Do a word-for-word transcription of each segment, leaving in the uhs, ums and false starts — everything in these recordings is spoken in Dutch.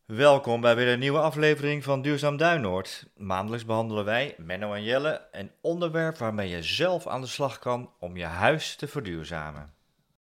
Welkom bij weer een nieuwe aflevering van Duurzaam Duinoord. Maandelijks behandelen wij, Menno en Jelle, een onderwerp waarmee je zelf aan de slag kan om je huis te verduurzamen.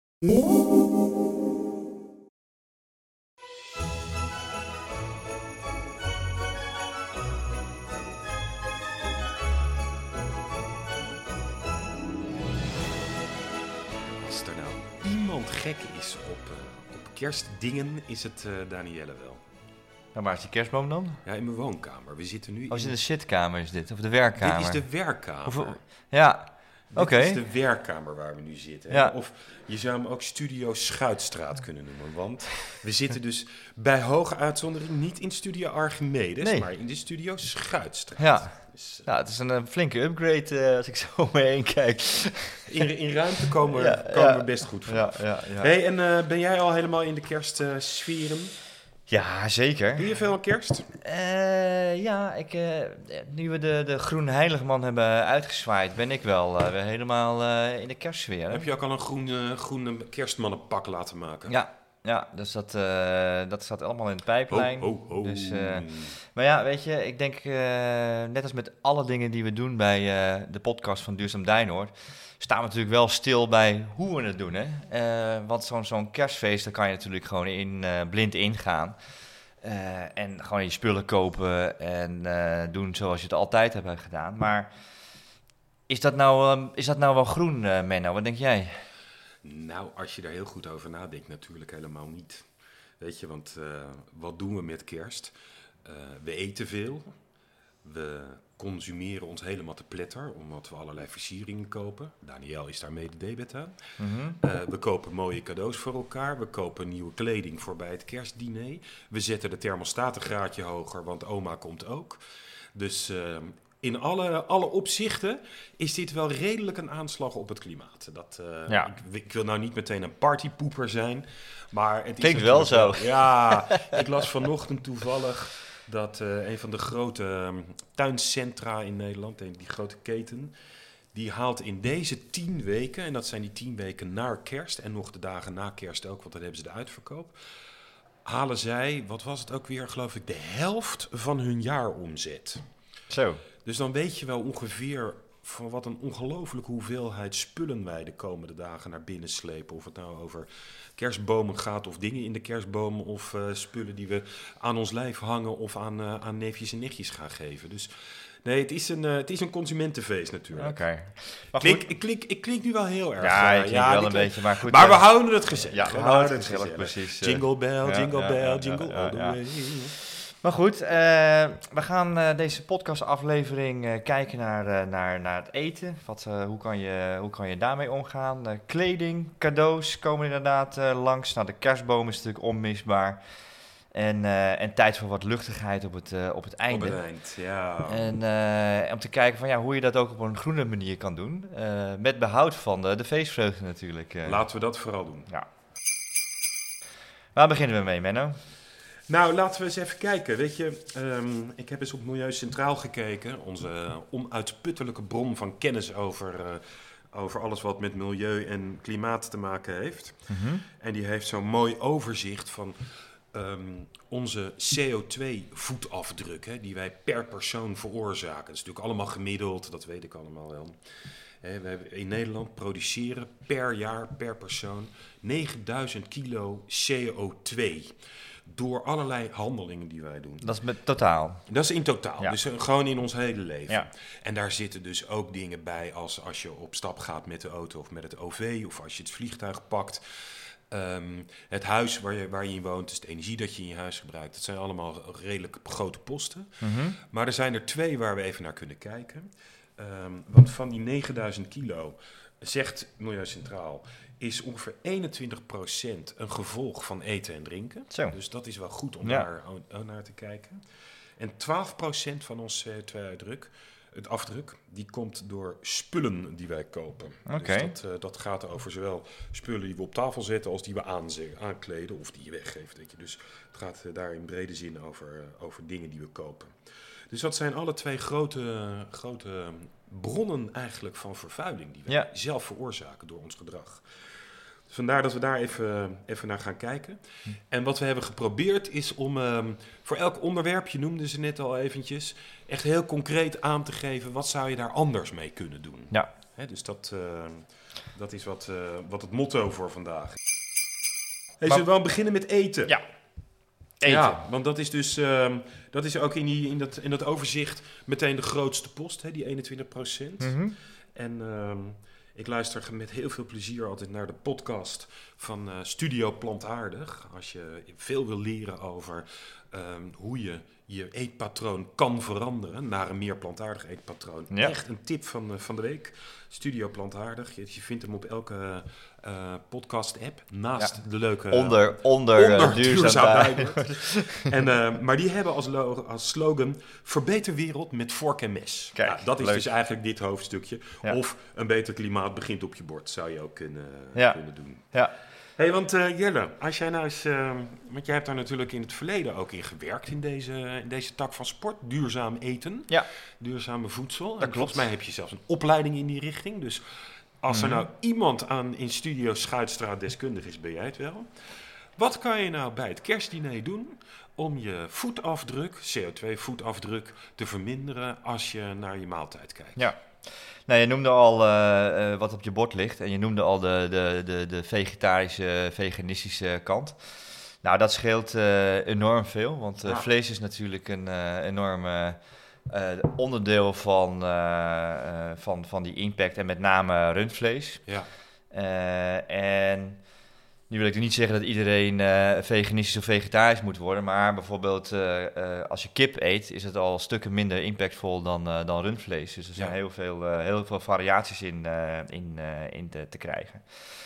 Als er nou iemand gek is op, uh, op kerstdingen, is het uh, Danielle wel. Nou, waar is die kerstboom dan? Ja, in mijn woonkamer. We zitten nu Oh, is in... in de zitkamer is dit, of de werkkamer? Dit is de werkkamer. Hoeveel... Ja, oké. Dit Okay. is de werkkamer waar we nu zitten. Ja. Of je zou hem ook Studio Schuitstraat kunnen noemen. Want we zitten dus bij hoge uitzondering niet in Studio Archimedes, Nee. maar in de Studio Schuitstraat. Ja. Dus, uh, Nou, het is een, een flinke upgrade uh, als ik zo om me heen kijk. in, in ruimte komen, Ja, komen ja. we best goed van. Ja, ja, ja. Hey, en uh, ben jij al helemaal in de kerstsferen? Ja, zeker. Doe je veel aan kerst? Uh, ja, ik, uh, nu we de, de groene heiligman hebben uitgezwaaid, ben ik wel uh, weer helemaal uh, in de kerstsfeer. Hè? Heb je ook al een groene, groene kerstmannenpak laten maken? Ja, ja, dus dat, uh, dat staat allemaal in de pijplijn. Ho, ho, ho. Dus, uh, maar ja, weet je, ik denk uh, net als met alle dingen die we doen bij uh, de podcast van Duurzaam Duinoord, staan we natuurlijk wel stil bij hoe we het doen. Hè? Uh, want zo'n, zo'n kerstfeest, daar kan je natuurlijk gewoon in, uh, blind ingaan. Uh, en gewoon je spullen kopen en uh, doen zoals je het altijd hebt gedaan. Maar is dat nou, um, is dat nou wel groen, uh, Menno? Wat denk jij? Nou, als je daar heel goed over nadenkt, natuurlijk helemaal niet. Weet je, want uh, wat doen we met kerst? Uh, we eten veel. We consumeren ons helemaal te pletter, omdat we allerlei versieringen kopen. Daniel is daar mede debet aan. Mm-hmm. Uh, we kopen mooie cadeaus voor elkaar. We kopen nieuwe kleding voor bij het kerstdiner. We zetten de thermostaat een graadje hoger, want oma komt ook. Dus uh, in alle, alle opzichten is dit wel redelijk een aanslag op het klimaat. Dat, uh, ja. ik, ik wil nou niet meteen een partypoeper zijn, maar het klinkt is wel zo. Wel, ja, ik las vanochtend toevallig dat uh, een van de grote um, tuincentra in Nederland, die grote keten, die haalt in deze tien weken, en dat zijn die tien weken na kerst en nog de dagen na kerst ook, want dan hebben ze de uitverkoop, halen zij, wat was het ook weer, geloof ik, de helft van hun jaaromzet. Zo. Dus dan weet je wel ongeveer van wat een ongelooflijke hoeveelheid spullen wij de komende dagen naar binnen slepen. Of het nou over kerstbomen gaat of dingen in de kerstboom of uh, spullen die we aan ons lijf hangen of aan, uh, aan neefjes en nichtjes gaan geven. Dus nee, het is een, uh, het is een consumentenfeest natuurlijk. Oké. Okay. Klink, ik, klink, ik klink nu wel heel erg. Ja, ik uh, klink ja, wel een klink, beetje, maar goed. Maar uh, we houden het gezellig. Ja, we, we houden het gezellig, precies. Uh, jingle bell, jingle ja, bell, ja, jingle ja, ja, all the ja. way. Maar goed, uh, we gaan uh, deze podcastaflevering uh, kijken naar, uh, naar, naar het eten. Wat, uh, hoe, kan je, hoe kan je daarmee omgaan? Uh, kleding, cadeaus komen inderdaad uh, langs. Nou, de kerstboom is natuurlijk onmisbaar. En, uh, en tijd voor wat luchtigheid op het, uh, op het einde. Op het eind, ja. En uh, om te kijken van, ja, hoe je dat ook op een groene manier kan doen. Uh, met behoud van de, de feestvreugde natuurlijk. Uh. Laten we dat vooral doen. Ja. Waar beginnen we mee, Menno? Nou, laten we eens even kijken. Weet je, um, ik heb eens op Milieu Centraal gekeken. Onze uh, onuitputtelijke bron van kennis over, uh, over alles wat met milieu en klimaat te maken heeft. Mm-hmm. En die heeft zo'n mooi overzicht van um, onze C O twee voetafdruk, hè, die wij per persoon veroorzaken. Dat is natuurlijk allemaal gemiddeld, dat weet ik allemaal wel. He, we hebben in Nederland produceren per jaar, per persoon, negenduizend kilo C O twee. Door allerlei handelingen die wij doen. Dat is met totaal? Dat is in totaal, ja. Dus uh, gewoon in ons hele leven. Ja. En daar zitten dus ook dingen bij als als je op stap gaat met de auto of met het O V... of als je het vliegtuig pakt. Um, het huis waar je, waar je in woont, dus de energie dat je in je huis gebruikt. Dat zijn allemaal redelijk grote posten. Mm-hmm. Maar er zijn er twee waar we even naar kunnen kijken. Um, want van die negenduizend kilo, zegt Milieu Centraal, is ongeveer eenentwintig procent een gevolg van eten en drinken. Zo. Dus dat is wel goed om ja. daar naar te kijken. En twaalf procent van ons C O twee-uitdruk, het afdruk, die komt door spullen die wij kopen. Okay. Dus dat, uh, dat gaat over zowel spullen die we op tafel zetten als die we aanze- aankleden of die je weggeeft. Weet je. Dus het gaat uh, daar in brede zin over, uh, over dingen die we kopen. Dus dat zijn alle twee grote, grote bronnen eigenlijk van vervuiling die we ja. zelf veroorzaken door ons gedrag. Dus vandaar dat we daar even, even naar gaan kijken. Hm. En wat we hebben geprobeerd is om um, voor elk onderwerp, je noemde ze net al eventjes, echt heel concreet aan te geven, wat zou je daar anders mee kunnen doen? Ja. Hè, dus dat, uh, dat is wat, uh, wat het motto voor vandaag is. Hey, zullen we wel beginnen met eten? Ja. Eten. Ja, want dat is dus um, dat is ook in, die, in, dat, in dat overzicht meteen de grootste post, hè, die eenentwintig procent. Mm-hmm. En um, ik luister met heel veel plezier altijd naar de podcast van uh, Studio Plantaardig. Als je veel wil leren over um, hoe je je eetpatroon kan veranderen naar een meer plantaardig eetpatroon. Ja. Echt een tip van, uh, van de week. Studio Plantaardig. Je, je vindt hem op elke uh, podcast-app. Naast ja. de leuke... Onder, onder, onder duurzaam en, uh, Maar die hebben als, lo- als slogan... Verbeter wereld met vork en mes. Kijk, nou, dat is leuk. Dus eigenlijk dit hoofdstukje. Ja. Of een beter klimaat begint op je bord. Zou je ook kunnen, ja. kunnen doen. Ja. Hé, hey, want uh, Jelle, als jij nou eens... Uh, want jij hebt daar natuurlijk in het verleden ook in gewerkt... in deze, in deze tak van sport. Duurzaam eten. Ja. Duurzame voedsel. Dat klopt. Volgens mij heb je zelfs een opleiding in die richting. Dus als mm-hmm. er nou iemand aan in Studio Schuitstraat deskundig is, ben jij het wel. Wat kan je nou bij het kerstdiner doen... om je voetafdruk, C O twee voetafdruk, te verminderen... als je naar je maaltijd kijkt? Ja. Nou, je noemde al uh, uh, wat op je bord ligt en je noemde al de, de, de, de vegetarische, veganistische kant. Nou, dat scheelt uh, enorm veel, want uh, ja. vlees is natuurlijk een uh, enorm uh, uh, onderdeel van, uh, uh, van, van die impact en met name rundvlees. Ja. Uh, en... Nu wil ik niet zeggen dat iedereen uh, veganistisch of vegetarisch moet worden, maar bijvoorbeeld uh, uh, als je kip eet, is het al stukken minder impactvol dan, uh, dan rundvlees. Dus er zijn ja. heel, veel, uh, heel veel variaties in, uh, in, uh, in te, te krijgen.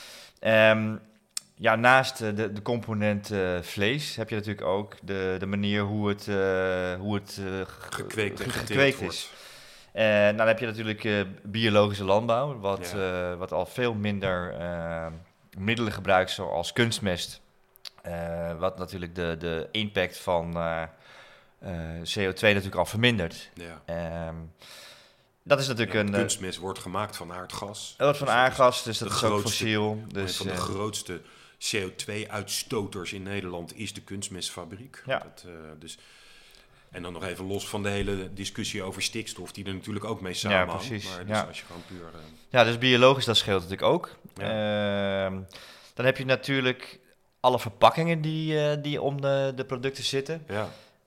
Um, ja, naast uh, de, de component uh, vlees heb je natuurlijk ook de, de manier hoe het, uh, hoe het uh, gekweekt, ge- gekweekt is. En uh, dan heb je natuurlijk uh, biologische landbouw, wat, ja. uh, wat al veel minder... Uh, middelen gebruikt zoals kunstmest, uh, wat natuurlijk de, de impact van uh, uh, C O twee natuurlijk al vermindert. Ja. Um, dat is natuurlijk ja, een... Kunstmest wordt gemaakt van aardgas. Dat wordt van dus aardgas, dus dat is grootste, ook fossiel. Dus, van de uh, grootste C O twee uitstoters in Nederland is de kunstmestfabriek. Ja. Dat, uh, dus... En dan nog even los van de hele discussie over stikstof, die er natuurlijk ook mee samenhangt. Ja, precies. Maar dus ja. als je gewoon puur... Uh... Ja, dus biologisch, dat scheelt natuurlijk ook. Ja. Uh, dan heb je natuurlijk alle verpakkingen die, uh, die om de, de producten zitten. Ja.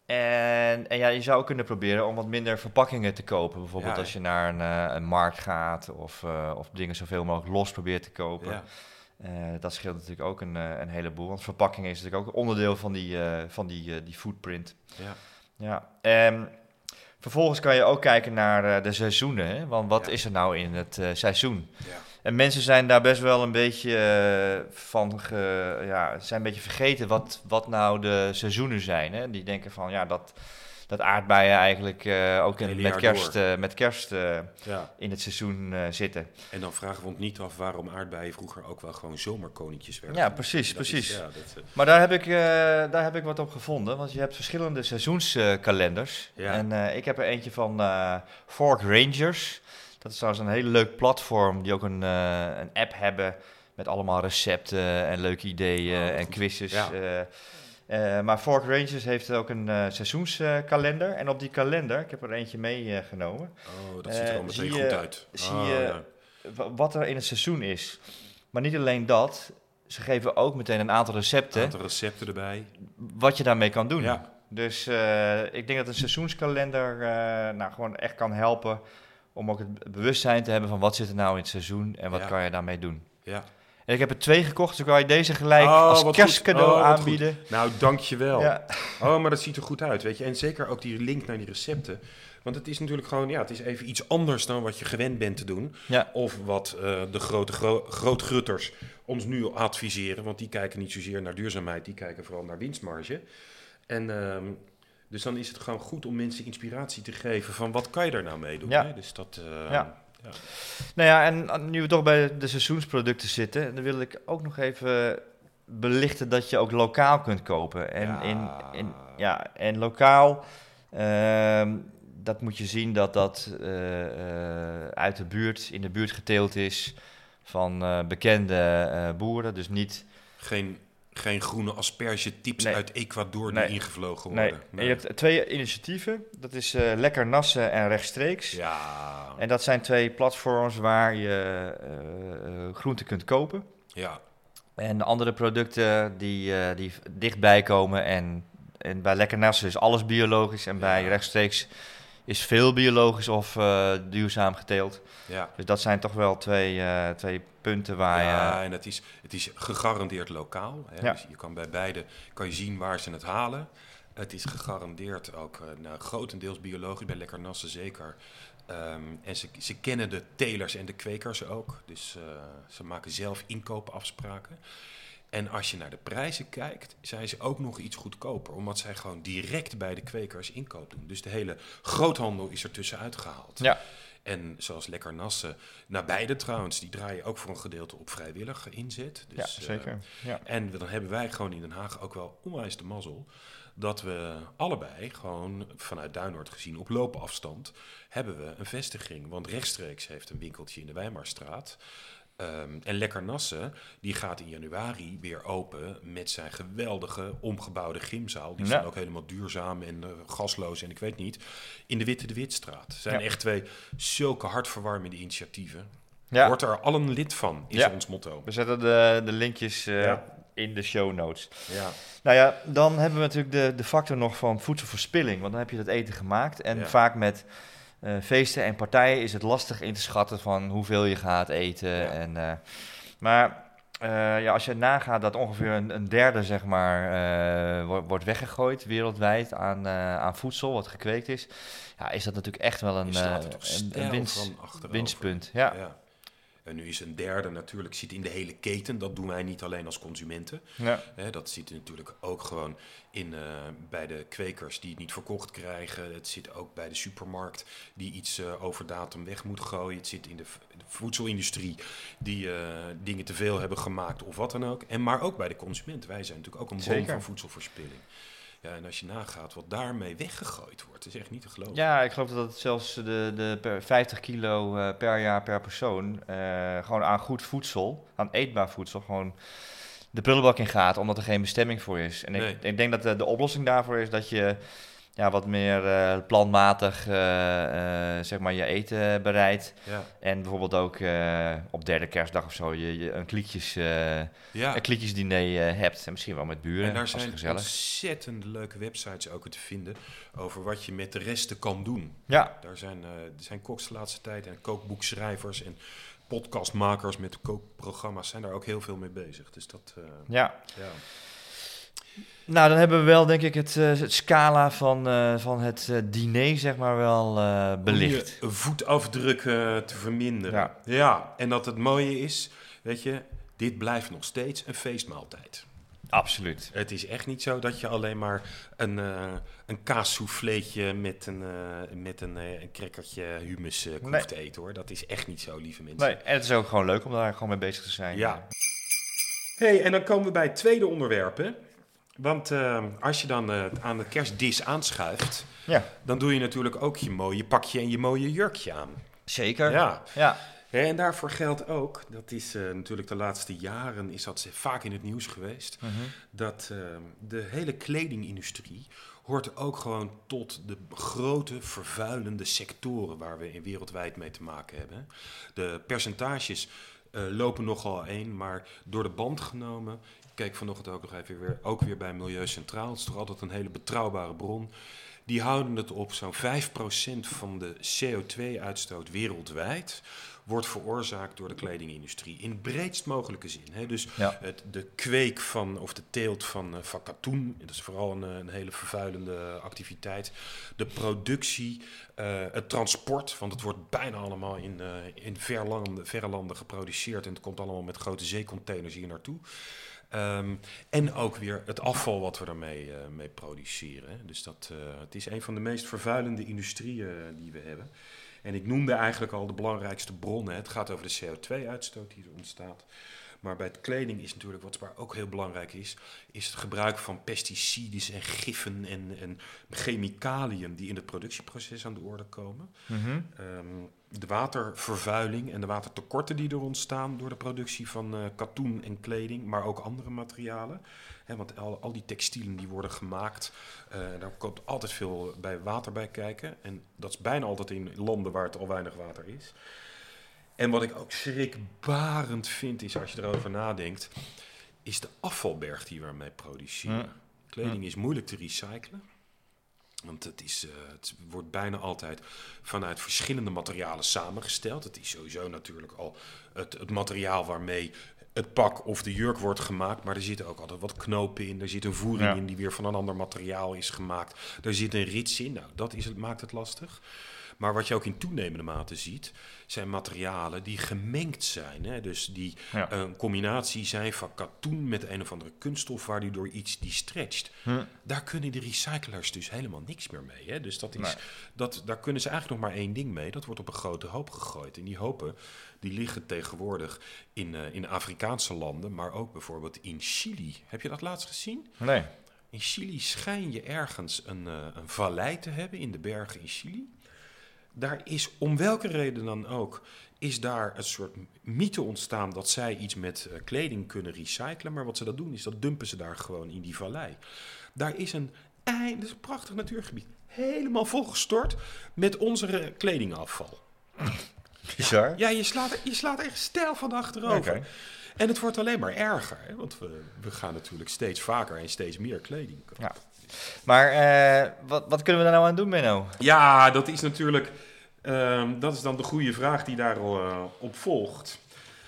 En, en ja, je zou ook kunnen proberen om wat minder verpakkingen te kopen. Bijvoorbeeld ja, als je naar een, uh, een markt gaat of, uh, of dingen zoveel mogelijk los probeert te kopen. Ja. Uh, dat scheelt natuurlijk ook een, uh, een heleboel. Want verpakkingen is natuurlijk ook onderdeel van die, uh, van die, uh, die footprint. Ja. Ja, en vervolgens kan je ook kijken naar uh, de seizoenen, hè? Want wat ja. is er nou in het uh, seizoen? Ja. En mensen zijn daar best wel een beetje uh, van, ge, ja, zijn een beetje vergeten wat, wat nou de seizoenen zijn. Hè? Die denken van, ja, dat, dat aardbeien eigenlijk uh, ook in, met, kerst, uh, met kerst uh, ja. in het seizoen uh, zitten. En dan vragen we ons niet af waarom aardbeien vroeger ook wel gewoon zomerkoninkjes werden. Ja, precies, dat precies. Is, ja, dat, uh... Maar daar heb, ik, uh, daar heb ik wat op gevonden, want je hebt verschillende seizoenskalenders. Uh, ja. En uh, ik heb er eentje van uh, Fork Rangers. Dat is trouwens een hele leuk platform die ook een, uh, een app hebben met allemaal recepten en leuke ideeën oh, en quizjes. Ja. Uh, Uh, maar Fork Rangers heeft ook een uh, seizoenskalender. Uh, en op die kalender, ik heb er eentje meegenomen. Uh, oh, dat ziet er al uh, meteen goed uit. Zie oh, je ja. w- wat er in het seizoen is. Maar niet alleen dat, ze geven ook meteen een aantal recepten. Een aantal recepten erbij. Wat je daarmee kan doen. Ja. Dus uh, ik denk dat een seizoenskalender uh, nou, gewoon echt kan helpen om ook het bewustzijn te hebben van wat zit er nou in het seizoen en wat ja. kan je daarmee doen. Ja. En ik heb er twee gekocht, dus kan je deze gelijk oh, als kerstcadeau oh, aanbieden. Goed. Nou, dankjewel. Ja. Oh, maar dat ziet er goed uit, weet je. En zeker ook die link naar die recepten. Want het is natuurlijk gewoon, ja, het is even iets anders dan wat je gewend bent te doen. Ja. Of wat uh, de grote gro- grootgrutters ons nu adviseren. Want die kijken niet zozeer naar duurzaamheid, die kijken vooral naar winstmarge. En um, dus dan is het gewoon goed om mensen inspiratie te geven van wat kan je daar nou mee doen. Ja. Hè? Dus dat... Uh, ja. Ja. Nou ja, en nu we toch bij de seizoensproducten zitten, dan wil ik ook nog even belichten dat je ook lokaal kunt kopen. En, ja. In, in, ja, en lokaal, uh, dat moet je zien dat dat uh, uh, uit de buurt, in de buurt geteeld is, van uh, bekende uh, boeren. Dus niet... Geen, geen groene asperge-tips nee. uit Ecuador die nee. ingevlogen nee. worden. Nee. En je hebt twee initiatieven. Dat is uh, Lekker Nassen en Rechtstreeks. Ja. En dat zijn twee platforms waar je uh, uh, groenten kunt kopen. Ja. En andere producten die, uh, die dichtbij komen. En, en bij Lekker Nassen is alles biologisch. En bij ja. Rechtstreeks is veel biologisch of uh, duurzaam geteeld. Ja. Dus dat zijn toch wel twee, uh, twee punten waar ja, je... en het is, het is gegarandeerd lokaal. Hè? Ja. Dus je kan bij beide kan je zien waar ze het halen. Het is gegarandeerd ook uh, nou, grotendeels biologisch, bij Lekker Nassen zeker. Um, en ze, ze kennen de telers en de kwekers ook. Dus uh, ze maken zelf inkoopafspraken. En als je naar de prijzen kijkt, zijn ze ook nog iets goedkoper. Omdat zij gewoon direct bij de kwekers inkoop doen. Dus de hele groothandel is er tussenuit gehaald. Ja. En zoals Lekker Nassen, naar beide trouwens, die draaien ook voor een gedeelte op vrijwillige inzet. Dus, ja, zeker. Uh, ja. En dan hebben wij gewoon in Den Haag ook wel onwijs de mazzel dat we allebei gewoon vanuit Duinoord gezien op loopafstand hebben we een vestiging. Want Rechtstreeks heeft een winkeltje in de Weimarstraat. Um, en Lekker Nassen, die gaat in januari weer open met zijn geweldige omgebouwde gymzaal. Die ja. zijn ook helemaal duurzaam en uh, gasloos en ik weet niet. In de Witte de Witstraat. Het zijn ja. echt twee zulke hartverwarmende initiatieven. Ja. Wordt er al een lid van, is ja. ons motto. We zetten de, de linkjes uh, ja. in de show notes. Ja. Nou ja, dan hebben we natuurlijk de, de factor nog van voedselverspilling. Want dan heb je dat eten gemaakt en ja. vaak met... Uh, feesten en partijen is het lastig in te schatten van hoeveel je gaat eten. Ja. En, uh, maar uh, ja, als je nagaat dat ongeveer een, een derde zeg maar, uh, wordt, wordt weggegooid wereldwijd aan, uh, aan voedsel wat gekweekt is, ja, is dat natuurlijk echt wel een, uh, een, een winst, winstpunt. Ja. Ja. En nu is een derde natuurlijk, zit in de hele keten. Dat doen wij niet alleen als consumenten. Ja. Hè, dat zit natuurlijk ook gewoon in, uh, bij de kwekers die het niet verkocht krijgen. Het zit ook bij de supermarkt die iets uh, over datum weg moet gooien. Het zit in de, v- de voedselindustrie die uh, dingen te veel hebben gemaakt of wat dan ook. En maar ook bij de consument. Wij zijn natuurlijk ook een bron van voedselverspilling. Ja, en als je nagaat wat daarmee weggegooid wordt, is echt niet te geloven. Ja, ik geloof dat het zelfs de, de per vijftig kilo uh, per jaar per persoon uh, gewoon aan goed voedsel, aan eetbaar voedsel, gewoon de prullenbak in gaat, omdat er geen bestemming voor is. En nee. ik, ik denk dat de, de oplossing daarvoor is dat je ja, wat meer uh, planmatig uh, uh, zeg maar je eten bereidt. Ja. En bijvoorbeeld ook uh, op derde kerstdag of zo je, je een klietjes, uh, ja. een klietjesdiner uh, hebt. En misschien wel met buren. En daar zijn gezellig. ontzettend leuke websites ook te vinden over wat je met de resten kan doen. Ja. Daar zijn, uh, er zijn koks de laatste tijd en kookboekschrijvers en podcastmakers met kookprogramma's zijn daar ook heel veel mee bezig. Dus dat... Uh, ja. ja. Nou, dan hebben we wel, denk ik, het, uh, het scala van, uh, van het uh, diner, zeg maar, wel uh, belicht. Om je voetafdruk uh, te verminderen. Ja. ja, en dat het mooie is, weet je, dit blijft nog steeds een feestmaaltijd. Absoluut. Het is echt niet zo dat je alleen maar een, uh, een kaassouffleetje met een, uh, met een, uh, een crackertje hummus uh, hoeft nee. te eten, hoor. Dat is echt niet zo, lieve mensen. Nee, en het is ook gewoon leuk om daar gewoon mee bezig te zijn. Ja. Hey, en dan komen we bij het tweede onderwerp, hè. Want uh, als je dan uh, aan de kerstdis aanschuift, ja. dan doe je natuurlijk ook je mooie pakje en je mooie jurkje aan. Zeker. Ja. ja. En daarvoor geldt ook, dat is uh, natuurlijk de laatste jaren is dat vaak in het nieuws geweest, mm-hmm. dat uh, de hele kledingindustrie hoort ook gewoon tot de grote vervuilende sectoren waar we wereldwijd mee te maken hebben. De percentages uh, lopen nogal een, maar door de band genomen... Ik keek vanochtend ook nog even weer, ook weer bij Milieu Centraal. Het is toch altijd een hele betrouwbare bron. Die houden het op zo'n vijf procent van de C O twee uitstoot wereldwijd wordt veroorzaakt door de kledingindustrie. In het breedst mogelijke zin. Hè? Dus ja. het, de kweek van, of de teelt van, uh, van katoen, dat is vooral een, een hele vervuilende activiteit. De productie, uh, het transport, want het wordt bijna allemaal in, uh, in ver landen, verre landen geproduceerd. En het komt allemaal met grote zeecontainers hier naartoe. Um, en ook weer het afval wat we daarmee uh, mee produceren. Hè. Dus dat, uh, het is een van de meest vervuilende industrieën uh, die we hebben. En ik noemde eigenlijk al de belangrijkste bronnen. Het gaat over de C O twee uitstoot die er ontstaat. Maar bij het kleding is natuurlijk, wat waar ook heel belangrijk is, is het gebruik van pesticides en giffen en, en chemicaliën die in het productieproces aan de orde komen. Mm-hmm. Um, de watervervuiling en de watertekorten die er ontstaan door de productie van uh, katoen en kleding, maar ook andere materialen. He, want al, al die textielen die worden gemaakt, uh, daar komt altijd veel bij water bij kijken. En dat is bijna altijd in landen waar het al weinig water is. En wat ik ook schrikbarend vind is, als je erover nadenkt, is de afvalberg die we ermee produceren. Ja. Kleding ja. is moeilijk te recyclen. Want het, is, uh, het wordt bijna altijd vanuit verschillende materialen samengesteld. Het is sowieso natuurlijk al het, het materiaal waarmee het pak of de jurk wordt gemaakt. Maar er zitten ook altijd wat knopen in. Er zit een voering ja. in die weer van een ander materiaal is gemaakt. Er zit een rits in. Nou, dat is het, maakt het lastig. Maar wat je ook in toenemende mate ziet, zijn materialen die gemengd zijn. Hè? Dus die ja. een combinatie zijn van katoen met een of andere kunststof waardoor iets die stretcht. Hm. Daar kunnen de recyclers dus helemaal niks meer mee. Hè? Dus dat is, nee. dat, daar kunnen ze eigenlijk nog maar één ding mee. Dat wordt op een grote hoop gegooid. En die hopen die liggen tegenwoordig in, uh, in Afrikaanse landen, maar ook bijvoorbeeld in Chili. Heb je dat laatst gezien? Nee. In Chili schijn je ergens een, uh, een vallei te hebben in de bergen in Chili. Daar is, om welke reden dan ook, is daar een soort mythe ontstaan dat zij iets met uh, kleding kunnen recyclen. Maar wat ze dat doen, is dat dumpen ze daar gewoon in die vallei. Daar is een, dat is een prachtig natuurgebied, helemaal volgestort met onze kledingafval. Bizar. Ja, ja je, slaat, je slaat echt stijl van achterover. Okay. En het wordt alleen maar erger, hè? Want we, we gaan natuurlijk steeds vaker en steeds meer kleding kopen. Ja. Maar uh, wat, wat kunnen we daar nou aan doen, Menno? Ja, dat is natuurlijk, um, dat is dan de goede vraag die daar uh, op volgt.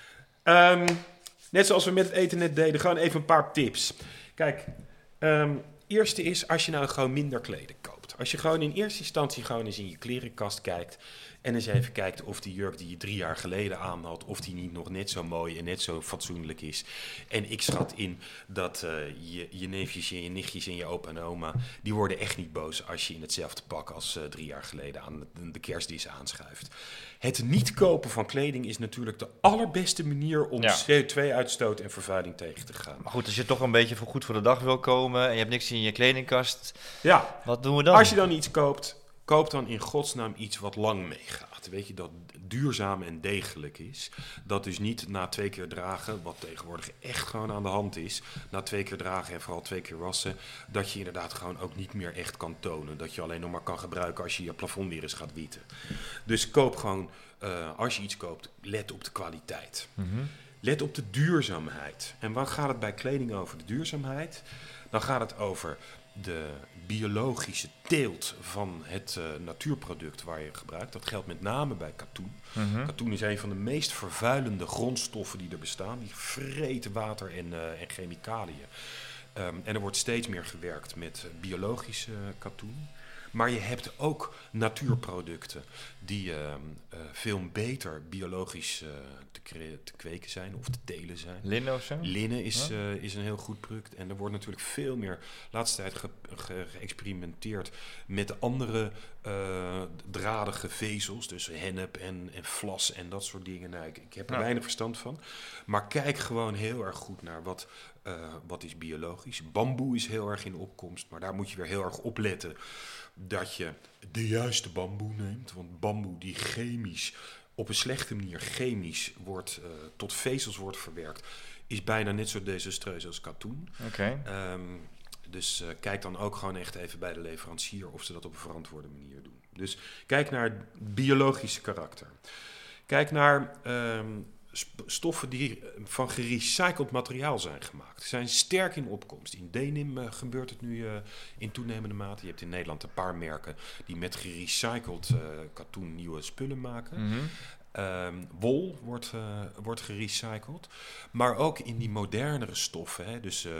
Um, net zoals we met het eten net deden, gewoon even een paar tips. Kijk, um, eerste is als je nou gewoon minder kleding koopt. Als je gewoon in eerste instantie gewoon eens in je klerenkast kijkt en eens even kijkt of die jurk die je drie jaar geleden aan had, of die niet nog net zo mooi en net zo fatsoenlijk is. En ik schat in dat uh, je, je neefjes en je nichtjes en je opa en oma, die worden echt niet boos als je in hetzelfde pak als uh, drie jaar geleden aan de, de kerstdis aanschuift. Het niet kopen van kleding is natuurlijk de allerbeste manier om ja. C O twee uitstoot en vervuiling tegen te gaan. Maar goed, als je toch een beetje voor goed voor de dag wil komen en je hebt niks in je kledingkast, ja. wat doen we dan? Als je dan iets koopt, koop dan in godsnaam iets wat lang meegaat. Weet je, dat duurzaam en degelijk is. Dat dus niet na twee keer dragen, wat tegenwoordig echt gewoon aan de hand is, na twee keer dragen en vooral twee keer wassen, dat je inderdaad gewoon ook niet meer echt kan tonen. Dat je alleen nog maar kan gebruiken als je je plafond weer eens gaat wieten. Dus koop gewoon, uh, als je iets koopt, let op de kwaliteit. Mm-hmm. Let op de duurzaamheid. En waar gaat het bij kleding over de duurzaamheid? Dan gaat het over de biologische teelt van het uh, natuurproduct waar je gebruikt. Dat geldt met name bij katoen. Mm-hmm. Katoen is een van de meest vervuilende grondstoffen die er bestaan. Die vreten water en, uh, en chemicaliën. Um, en er wordt steeds meer gewerkt met uh, biologische uh, katoen. Maar je hebt ook natuurproducten die uh, uh, veel beter biologisch uh, te, cre- te kweken zijn of te telen zijn. Linnen of zo? Linnen is, ja. uh, is een heel goed product. En er wordt natuurlijk veel meer laatste tijd ge- ge- geëxperimenteerd met andere uh, dradige vezels. Dus hennep en, en vlas en dat soort dingen. Nou, ik, ik heb er ja. weinig verstand van. Maar kijk gewoon heel erg goed naar wat, uh, wat is biologisch. Bamboe is heel erg in opkomst, maar daar moet je weer heel erg op letten dat je de juiste bamboe neemt. Want bamboe die chemisch, op een slechte manier chemisch wordt, uh, tot vezels wordt verwerkt, is bijna net zo desastreus als katoen. Okay. Um, dus uh, kijk dan ook gewoon echt even bij de leverancier of ze dat op een verantwoorde manier doen. Dus kijk naar het biologische karakter. Kijk naar um, stoffen die van gerecycled materiaal zijn gemaakt. Ze zijn sterk in opkomst. In denim uh, gebeurt het nu uh, in toenemende mate. Je hebt in Nederland een paar merken die met gerecycled uh, katoen nieuwe spullen maken. Mm-hmm. Um, wol wordt, uh, wordt gerecycled. Maar ook in die modernere stoffen. Hè? Dus uh,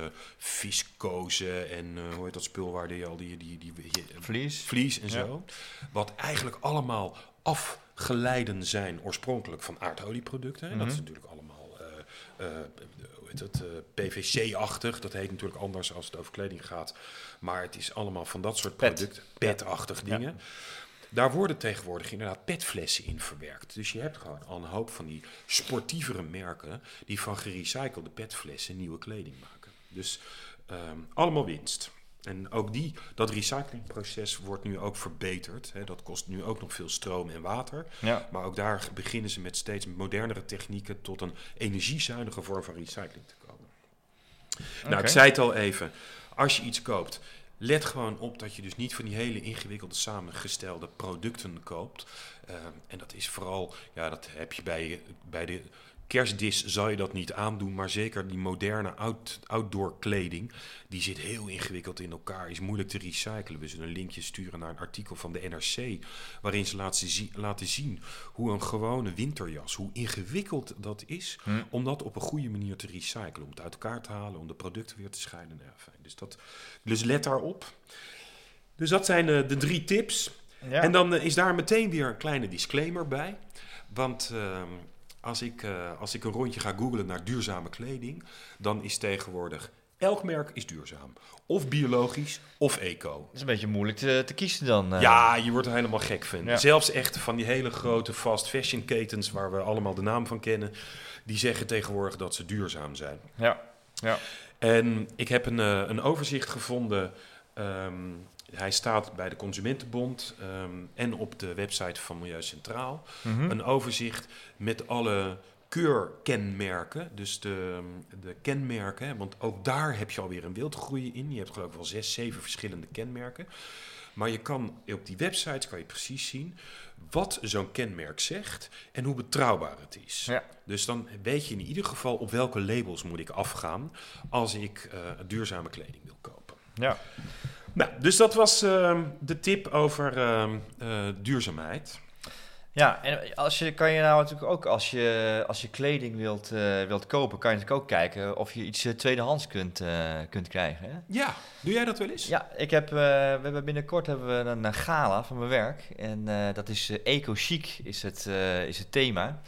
viscose en uh, hoe heet dat spul waar die al die... die, die, die vlies. Vlies en zo. Ja. Wat eigenlijk allemaal afgeleiden zijn oorspronkelijk van aardolieproducten. Mm-hmm. Dat is natuurlijk allemaal uh, uh, hoe heet het, uh, P V C-achtig. Dat heet natuurlijk anders als het over kleding gaat. Maar het is allemaal van dat soort Pet. producten. Petachtig dingen. Ja. daar worden tegenwoordig inderdaad petflessen in verwerkt. Dus je hebt gewoon al een hoop van die sportievere merken die van gerecyclede petflessen nieuwe kleding maken. Dus um, allemaal winst. En ook die, dat recyclingproces wordt nu ook verbeterd. Hè. Dat kost nu ook nog veel stroom en water. Ja. Maar ook daar beginnen ze met steeds modernere technieken tot een energiezuinige vorm van recycling te komen. Okay. Nou, ik zei het al even. Als je iets koopt, let gewoon op dat je dus niet van die hele ingewikkelde samengestelde producten koopt. Uh, en dat is vooral, ja, dat heb je bij, bij de kerstdis zal je dat niet aandoen, maar zeker die moderne out, outdoor kleding, die zit heel ingewikkeld in elkaar, is moeilijk te recyclen. We zullen een linkje sturen naar een artikel van de N R C, waarin ze laten zien, laten zien hoe een gewone winterjas, hoe ingewikkeld dat is, hm. om dat op een goede manier te recyclen, om het uit elkaar te halen, om de producten weer te scheiden. Ja, fijn. Dus, dat, dus let daarop. Dus dat zijn uh, de drie tips. Ja. En dan uh, is daar meteen weer een kleine disclaimer bij, want Uh, Als ik, uh, als ik een rondje ga googlen naar duurzame kleding, dan is tegenwoordig elk merk is duurzaam. Of biologisch, of eco. Dat is een beetje moeilijk te, te kiezen dan. Uh. Ja, je wordt er helemaal gek van. Ja. Zelfs echt van die hele grote fast fashion ketens, waar we allemaal de naam van kennen, die zeggen tegenwoordig dat ze duurzaam zijn. Ja, ja. En ik heb een, uh, een overzicht gevonden. Um, Hij staat bij de Consumentenbond um, en op de website van Milieu Centraal. Mm-hmm. Een overzicht met alle keurkenmerken. Dus de, de kenmerken, want ook daar heb je alweer een wildgroei in. Je hebt geloof ik wel zes, zeven verschillende kenmerken. Maar je kan op die websites kan je precies zien wat zo'n kenmerk zegt en hoe betrouwbaar het is. Ja. Dus dan weet je in ieder geval op welke labels moet ik afgaan als ik uh, duurzame kleding wil kopen. Ja. Nou, dus dat was uh, de tip over uh, uh, duurzaamheid. Ja, en als je, kan je nou natuurlijk ook, als je, als je kleding wilt, uh, wilt kopen, kan je natuurlijk ook kijken of je iets uh, tweedehands kunt, uh, kunt krijgen. Hè? Ja, doe jij dat wel eens? Ja, ik heb, uh, we hebben binnenkort hebben we een, een gala van mijn werk. En uh, dat is uh, eco-chic is het, uh, is het thema.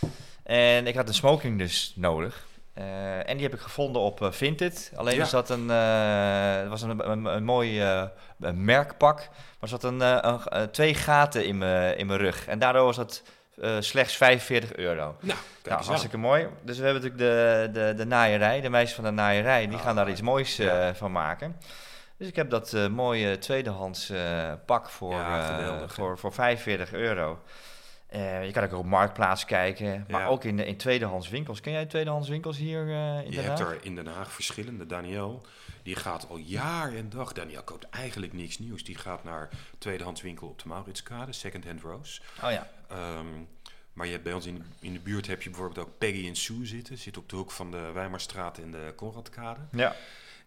En ik had een smoking dus nodig. Uh, en die heb ik gevonden op uh, Vinted. Alleen ja. is dat een, uh, het was een, een, een mooi uh, een merkpak. Maar er zat een, uh, een, uh, twee gaten in mijn in mijn rug. En daardoor was dat uh, slechts vijfenveertig euro. Nou, nou hartstikke mooi. Dus we hebben natuurlijk de, de, de naaierij, de meisjes van de naaierij. Die oh, gaan daar iets moois uh, ja. van maken. Dus ik heb dat uh, mooie tweedehands uh, pak voor, ja, uh, voor, voor vijfenveertig euro. Uh, je kan ook op Marktplaats kijken, maar ja. ook in, in tweedehands winkels. Ken jij tweedehands winkels hier uh, in je Den Haag? Je hebt er in Den Haag verschillende. Daniel, die gaat al jaar en dag. Daniel koopt eigenlijk niks nieuws. Die gaat naar tweedehands winkel op de Mauritskade, Second Hand Rose. Oh ja. Um, maar je hebt bij ons in, in de buurt heb je bijvoorbeeld ook Peggy and Sue zitten. Zit op de hoek van de Weimarstraat en de Konradkade. Ja.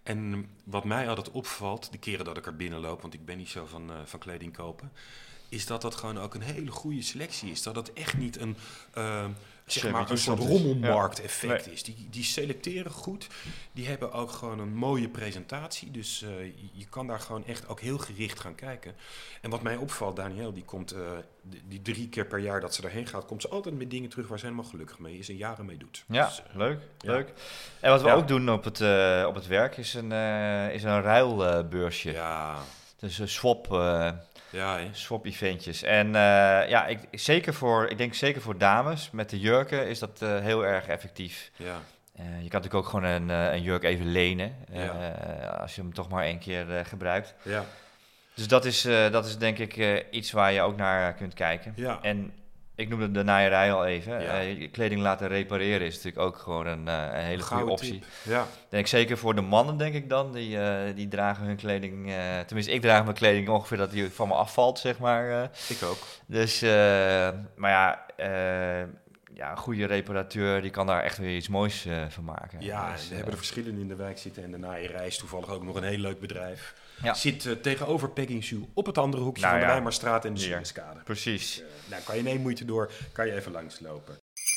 En wat mij altijd opvalt, de keren dat ik er binnenloop, want ik ben niet zo van, uh, van kleding kopen, is dat dat gewoon ook een hele goede selectie is. Dat het echt niet een, uh, zeg maar een soort rommelmarkt-effect ja. is. Die, die selecteren goed. Die hebben ook gewoon een mooie presentatie. Dus uh, je, je kan daar gewoon echt ook heel gericht gaan kijken. En wat mij opvalt, Daniel, die komt uh, die, die drie keer per jaar dat ze daarheen gaat, komt ze altijd met dingen terug waar ze helemaal gelukkig mee is en jaren mee doet. Ja, dus, uh, leuk, ja. leuk. En wat we ja. ook doen op het, uh, op het werk is een, uh, is een ruilbeursje. Ja. Dus een swap... Uh, Ja, swap-eventjes. En uh, ja, ik, zeker voor, ik denk zeker voor dames met de jurken is dat uh, heel erg effectief. Ja. Uh, je kan natuurlijk ook gewoon een, uh, een jurk even lenen, uh, ja. als je hem toch maar één keer uh, gebruikt. Ja. Dus dat is, uh, dat is denk ik uh, iets waar je ook naar kunt kijken. Ja. En ik noemde de naaierij al even. Ja. Uh, kleding laten repareren is natuurlijk ook gewoon een, uh, een hele goede optie. Tip. Ja. Denk zeker voor de mannen, denk ik dan. Die, uh, die dragen hun kleding... Uh, tenminste, ik draag mijn kleding ongeveer dat die van me afvalt, zeg maar. Uh. Ik ook. Dus, uh, maar ja... Uh, ja, een goede reparateur, die kan daar echt weer iets moois uh, van maken. Ja, dus, we uh, hebben er verschillende in de wijk zitten. En de naaierij is toevallig ook nog een heel leuk bedrijf. Ja. Zit uh, tegenover Peggy and Sue op het andere hoekje nou, van de ja. Weimarstraat en de Suezkade. Precies. Dus, uh, nou, kan je in één moeite door, kan je even langslopen.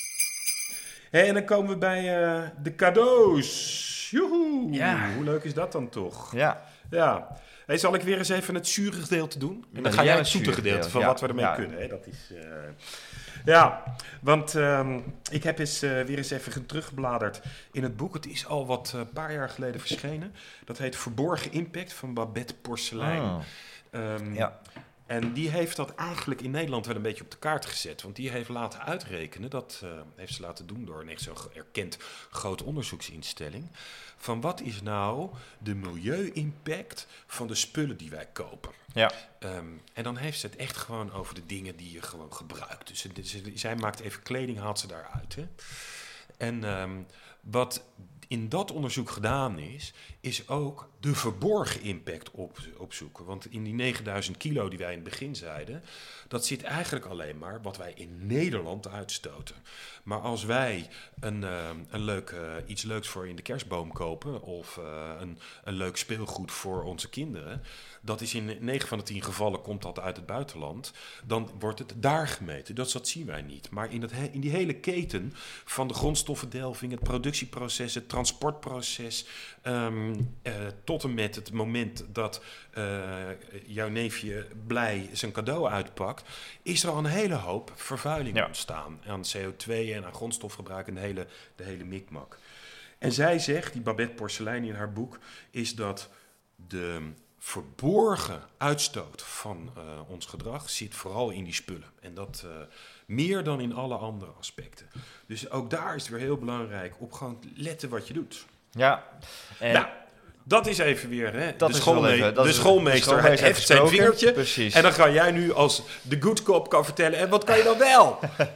Hey, en dan komen we bij uh, de cadeaus. Joehoe! Ja. Hoe leuk is dat dan toch? Ja. Ja. Hey, zal ik weer eens even het zure gedeelte doen? En dan ja, ga jij het zoete gedeelte van ja. wat we ermee ja. kunnen. Hè? Dat is... Uh... Ja, want um, ik heb eens, uh, weer eens even teruggebladerd in het boek. Het is al wat een uh, paar jaar geleden verschenen. Dat heet Verborgen Impact van Babette Porcelein. Oh. Um, ja. En die heeft dat eigenlijk in Nederland wel een beetje op de kaart gezet. Want die heeft laten uitrekenen, dat uh, heeft ze laten doen door een echt zo'n erkend groot onderzoeksinstelling. Van wat is nou de milieu-impact van de spullen die wij kopen? Ja. Um, en dan heeft ze het echt gewoon over de dingen die je gewoon gebruikt. Dus ze, ze, zij maakt even kleding, haalt ze daaruit. Hè? En um, wat in dat onderzoek gedaan is, is ook de verborgen impact op, opzoeken. Want in die negenduizend kilo die wij in het begin zeiden, dat zit eigenlijk alleen maar wat wij in Nederland uitstoten. Maar als wij een, uh, een leuk, uh, iets leuks voor in de kerstboom kopen of uh, een, een leuk speelgoed voor onze kinderen, dat is in negen van de tien gevallen komt dat uit het buitenland, dan wordt het daar gemeten. Dat, dat zien wij niet. Maar in, dat he, in die hele keten van de grondstoffendelving, het productieproces, het transportproces, um, uh, tot en met het moment dat uh, jouw neefje blij zijn cadeau uitpakt, is er al een hele hoop vervuiling ja. ontstaan. Aan C O twee en aan grondstofgebruik en de hele, de hele mikmak. En zij zegt, die Babette Porcelein in haar boek, is dat de verborgen uitstoot van uh, ons gedrag zit vooral in die spullen. En dat uh, meer dan in alle andere aspecten. Dus ook daar is het weer heel belangrijk op gewoon letten wat je doet. Ja. En nou, dat is even weer, hè. Dat de, is schoolme- even, dat de is schoolmeester, de schoolmeester heft zijn vingertje. Precies. En dan ga jij nu als de good cop kan vertellen. En wat kan je dan wel?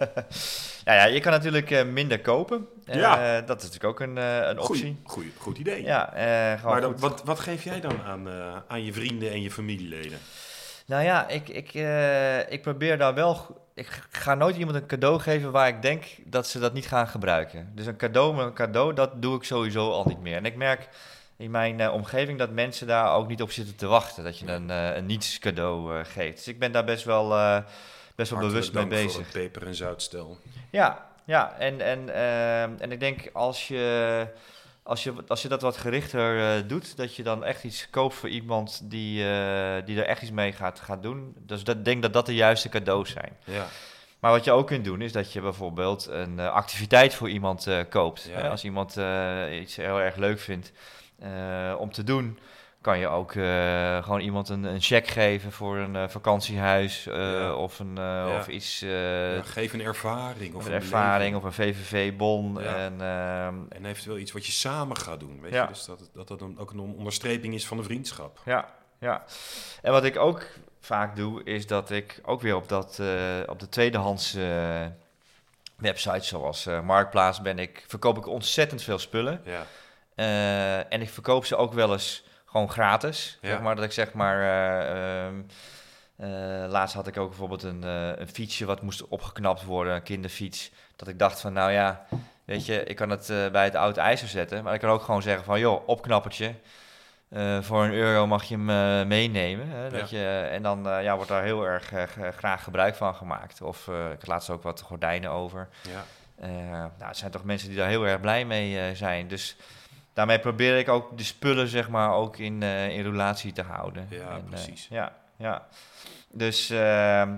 Nou ja, je kan natuurlijk uh, minder kopen. Ja. Uh, dat is natuurlijk ook een, uh, een optie. Goeie, goeie, goed idee. Ja, uh, maar dan, wat, wat geef jij dan aan, uh, aan je vrienden en je familieleden? Nou ja, ik, ik, uh, ik probeer daar wel... Ik ga nooit iemand een cadeau geven waar ik denk dat ze dat niet gaan gebruiken. Dus een cadeau met een cadeau, dat doe ik sowieso al niet meer. En ik merk in mijn uh, omgeving dat mensen daar ook niet op zitten te wachten. Dat je een, uh, een niets cadeau uh, geeft. Dus ik ben daar best wel, uh, best wel bewust mee bezig. Voor het peper- en zoutstel. Ja, ja en, en, uh, en ik denk als je... Als je, als je dat wat gerichter uh, doet, dat je dan echt iets koopt voor iemand die, uh, die er echt iets mee gaat, gaat doen. Dus ik denk dat dat de juiste cadeaus zijn. Ja. Maar wat je ook kunt doen, is dat je bijvoorbeeld een uh, activiteit voor iemand uh, koopt. Ja. Hè? Als iemand uh, iets heel erg leuk vindt uh, om te doen, kan je ook uh, gewoon iemand een, een cheque geven voor een uh, vakantiehuis uh, ja. of, een, uh, ja. of iets. Uh, ja, geef een ervaring. Of een, een ervaring of een V V V-bon. Ja. En, uh, en eventueel iets wat je samen gaat doen. Weet ja. je? Dus dat, dat dat dan ook een onderstreping is van de vriendschap. Ja, ja. En wat ik ook vaak doe, is dat ik ook weer op, dat, uh, op de tweedehands uh, websites zoals uh, Marktplaats ben ik, verkoop ik ontzettend veel spullen. Ja. Uh, en ik verkoop ze ook wel eens gewoon gratis. Ja. Zeg maar, dat ik zeg maar... Uh, um, uh, laatst had ik ook bijvoorbeeld een, uh, een fietsje wat moest opgeknapt worden, een kinderfiets. Dat ik dacht van, nou ja, weet je, ik kan het uh, bij het oud ijzer zetten. Maar ik kan ook gewoon zeggen van, joh, opknappertje. Uh, voor een euro mag je hem uh, meenemen. Hè, dat ja. je, en dan uh, ja, wordt daar heel erg uh, graag gebruik van gemaakt. Of uh, ik laat ze ook wat gordijnen over. Ja. Uh, nou, het zijn toch mensen die daar heel erg blij mee uh, zijn. Dus daarmee probeer ik ook de spullen, zeg maar, ook in, uh, in relatie te houden. Ja, en, precies. Uh, ja, ja. Dus, uh,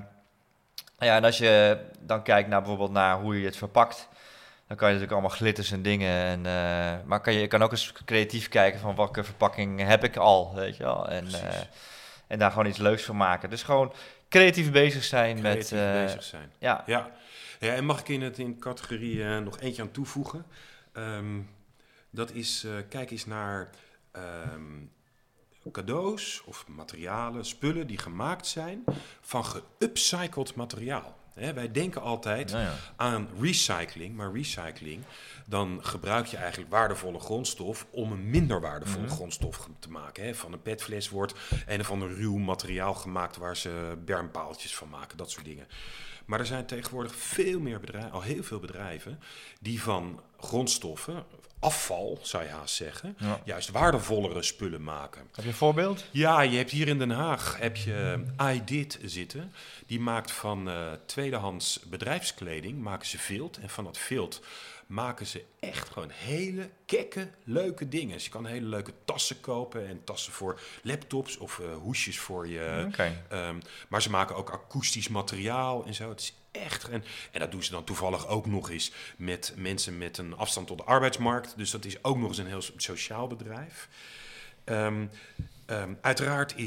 ja, en als je dan kijkt naar bijvoorbeeld naar hoe je het verpakt, dan kan je natuurlijk allemaal glitters en dingen. En, uh, maar kan je, je kan ook eens creatief kijken van welke verpakking heb ik al, weet je wel. En, uh, en daar gewoon iets leuks van maken. Dus gewoon creatief bezig zijn. Creatief met, uh, bezig zijn. Ja. Ja. Ja, en mag ik in, het, in de categorie uh, nog eentje aan toevoegen? Um, dat is, uh, kijk eens naar um, cadeaus of materialen, spullen die gemaakt zijn van geupcycled materiaal. He, wij denken altijd ja, ja. aan recycling, maar recycling, dan gebruik je eigenlijk waardevolle grondstof om een minder waardevolle mm-hmm. grondstof te maken. He, van een petfles wordt een of ander ruw materiaal gemaakt waar ze bermpaaltjes van maken, dat soort dingen. Maar er zijn tegenwoordig veel meer bedrijven, al heel veel bedrijven, die van grondstoffen, afval zou je haast zeggen, ja. juist waardevollere spullen maken. Heb je een voorbeeld? Ja, je hebt hier in Den Haag heb je iDid zitten. Die maakt van uh, tweedehands bedrijfskleding, maken ze vilt. En van dat vilt maken ze echt gewoon hele kekke, leuke dingen. Dus je kan hele leuke tassen kopen en tassen voor laptops of uh, hoesjes voor je. Okay. Um, maar ze maken ook akoestisch materiaal en zo. Het is echt. En, en dat doen ze dan toevallig ook nog eens met mensen met een afstand tot de arbeidsmarkt. Dus dat is ook nog eens een heel sociaal bedrijf. Um, um, uiteraard is